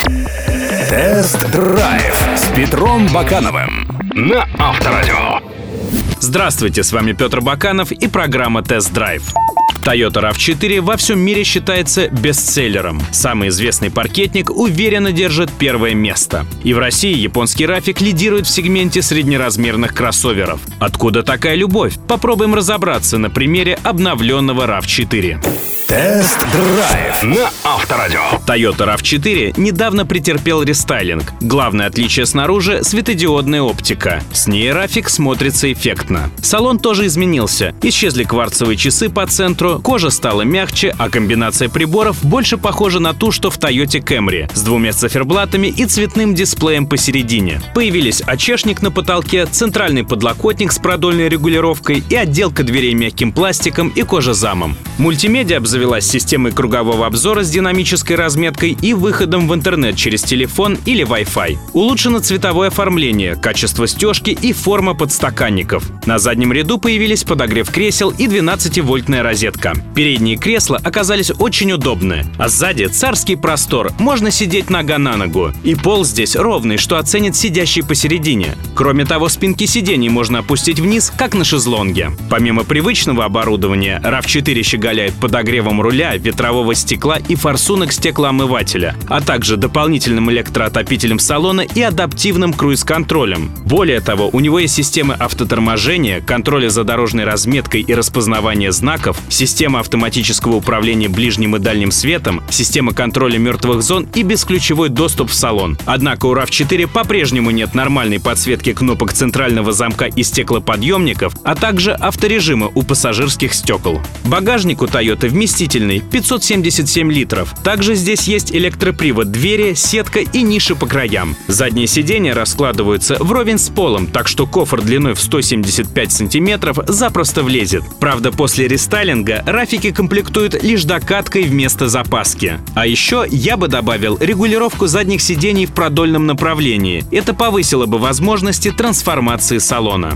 Тест-драйв с Петром Бакановым на Авторадио. Здравствуйте, с вами Петр Баканов и программа «Тест-драйв». Toyota RAV4 во всем мире считается бестселлером. Самый известный паркетник уверенно держит первое место. И в России японский Рафик лидирует в сегменте среднеразмерных кроссоверов. Откуда такая любовь? Попробуем разобраться на примере обновленного RAV4. Тест-драйв на Авторадио. Toyota RAV4 недавно претерпел рестайлинг. Главное отличие снаружи — светодиодная оптика. С ней Рафик смотрится эффектно. Салон тоже изменился. Исчезли кварцевые часы по центру, кожа стала мягче, а комбинация приборов больше похожа на ту, что в Toyota Camry, с двумя циферблатами и цветным дисплеем посередине. Появились очешник на потолке, центральный подлокотник с продольной регулировкой и отделка дверей мягким пластиком и кожезамом. Мультимедиа обзавелась системой кругового обзора с динамической разметкой и выходом в интернет через телефон или Wi-Fi. Улучшено цветовое оформление, качество стежки и форма подстаканников. На заднем ряду появились подогрев кресел и 12-вольтная розетка. Передние кресла оказались очень удобны, а сзади царский простор, можно сидеть нога на ногу. И пол здесь ровный, что оценит сидящий посередине. Кроме того, спинки сидений можно опустить вниз, как на шезлонге. Помимо привычного оборудования, RAV4 щеголяет подогревом руля, ветрового стекла и форсунок стеклоомывателя, а также дополнительным электроотопителем салона и адаптивным круиз-контролем. Более того, у него есть системы автоторможения, контроля за дорожной разметкой и распознавания знаков, система автоматического управления ближним и дальним светом, система контроля мертвых зон и бесключевой доступ в салон. Однако у RAV4 по-прежнему нет нормальной подсветки кнопок центрального замка и стеклоподъемников, а также авторежима у пассажирских стекол. Багажник у Toyota вместительный, 577 литров. Также здесь есть электропривод двери, сетка и ниши по краям. Задние сиденья раскладываются вровень с полом, так что кофр длиной в 175 сантиметров запросто влезет. Правда, после рестайлинга Рафики комплектуют лишь докаткой вместо запаски. А еще я бы добавил регулировку задних сидений в продольном направлении. Это повысило бы возможности трансформации салона.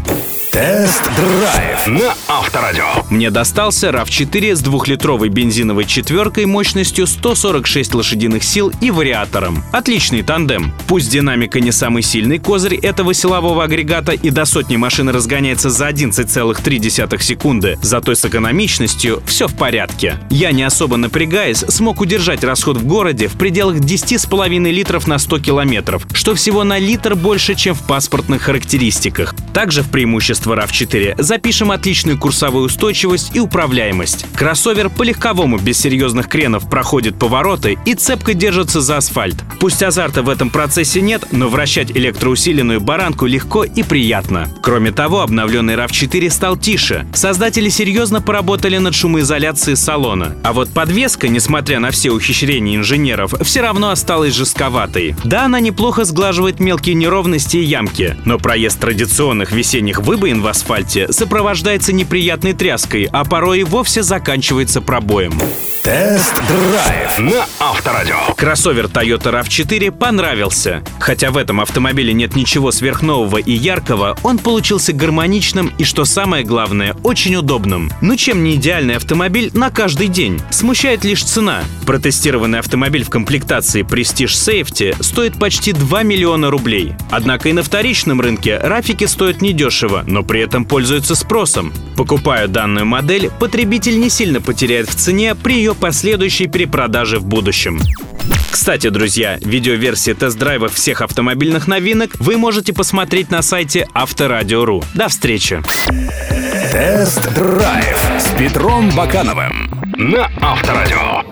Тест-драйв на Авторадио. Мне достался RAV4 с 2-литровой бензиновой четверкой мощностью 146 лошадиных сил и вариатором. Отличный тандем. Пусть динамика не самый сильный козырь этого силового агрегата и до сотни машина разгоняется за 11,3 секунды, зато с экономичностью все в порядке. Я, не особо напрягаясь, смог удержать расход в городе в пределах 10,5 литров на 100 километров, что всего на литр больше, чем в паспортных характеристиках. Также в преимущество RAV4 запишем отличную курсовую устойчивость и управляемость. Кроссовер по легковому без серьезных кренов проходит повороты и цепко держится за асфальт. Пусть азарта в этом процессе нет, но вращать электроусиленную баранку легко и приятно. Кроме того, обновленный RAV4 стал тише. Создатели серьезно поработали над шумоизоляцией салона. А вот подвеска, несмотря на все ухищрения инженеров, все равно осталась жестковатой. Да, она неплохо сглаживает мелкие неровности и ямки, но проезд традиционных весенних выбоин в асфальте сопровождается неприятной тряской, а порой и вовсе заканчивается пробоем. Тест-драйв на Авторадио. Кроссовер Toyota RAV4 понравился. Хотя в этом автомобиле нет ничего сверхнового и яркого, он получился гармоничным и, что самое главное, очень удобным. Ну чем не идеальный автомобиль на каждый день? Смущает лишь цена. Протестированный автомобиль в комплектации Prestige Safety стоит почти 2 миллиона рублей. Однако и на вторичном рынке Рафики стоят недешево, но при этом пользуются спросом. Покупая данную модель, потребитель не сильно потеряет в цене при ее последующей перепродаже в будущем. Кстати, друзья, видеоверсии тест-драйвов всех автомобильных новинок вы можете посмотреть на сайте Авторадио.ру. До встречи! Тест-драйв с Петром Бакановым на Авторадио.